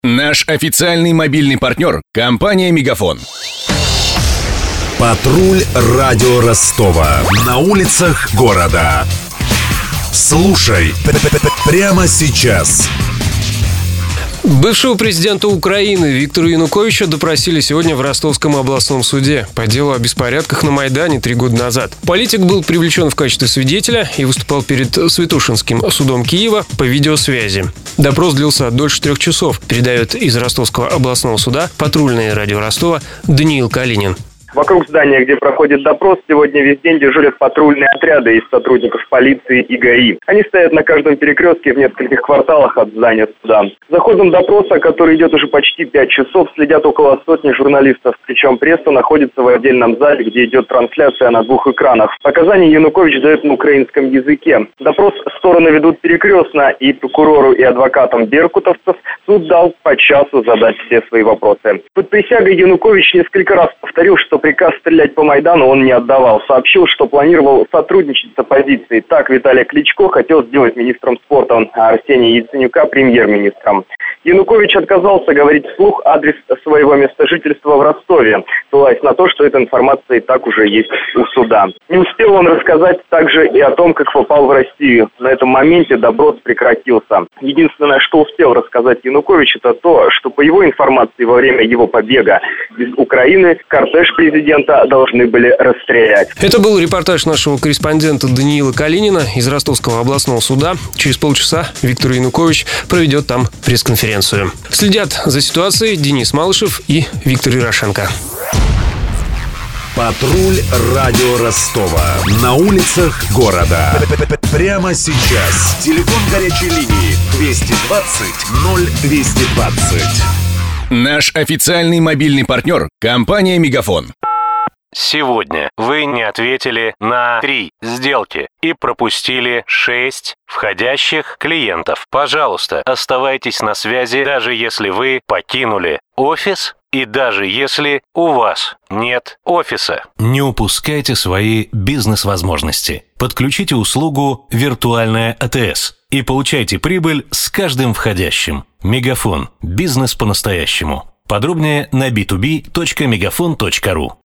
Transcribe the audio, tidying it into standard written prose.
Наш официальный мобильный партнер – компания «Мегафон». Патруль радио Ростова. На улицах города. Слушай прямо сейчас. Бывшего президента Украины Виктора Януковича допросили сегодня в Ростовском областном суде по делу о беспорядках на Майдане 3 года назад. Политик был привлечен в качестве свидетеля и выступал перед Святошинским судом Киева по видеосвязи. Допрос длился дольше 3 часов, передает из Ростовского областного суда патрульное радио Ростова Даниил Калинин. Вокруг здания, где проходит допрос, сегодня весь день дежурят патрульные отряды из сотрудников полиции и ГАИ. Они стоят на каждом перекрестке в нескольких кварталах от здания суда. За ходом допроса, который идет уже почти 5 часов, следят около сотни журналистов. Причем пресса находится в отдельном зале, где идет трансляция на 2 экранах. Показания Янукович дает на украинском языке. Допрос стороны ведут перекрестно, и прокурору, и адвокатам беркутовцев суд дал по часу задать все свои вопросы. Под присягой Янукович несколько раз повторил, что приказ стрелять по Майдану он не отдавал. Сообщил, что планировал сотрудничать с оппозицией. Так Виталий Кличко хотел сделать министром спорта, а Арсения Яценюка премьер-министром. Янукович отказался говорить вслух адрес своего места жительства в Ростове, ссылаясь на то, что эта информация и так уже есть у суда. Не успел он рассказать также и о том, как попал в Россию. На этом моменте допрос прекратился. Единственное, что успел рассказать Янукович, это то, что по его информации во время его побега из Украины кортеж президента должны были расстрелять. Это был репортаж нашего корреспондента Даниила Калинина из Ростовского областного суда. Через полчаса Виктор Янукович проведет там пресс-конференцию. Следят за ситуацией Денис Малышев и Виктор Ярошенко. Патруль радио Ростова. На улицах города. Прямо сейчас. Телефон горячей линии 220 0220. Наш официальный мобильный партнер – компания «Мегафон». Сегодня вы не ответили на 3 сделки и пропустили 6 входящих клиентов. Пожалуйста, оставайтесь на связи, даже если вы покинули офис и даже если у вас нет офиса. Не упускайте свои бизнес-возможности. Подключите услугу «Виртуальная АТС» и получайте прибыль с каждым входящим. Мегафон. Бизнес по-настоящему. Подробнее на b2b.megafon.ru.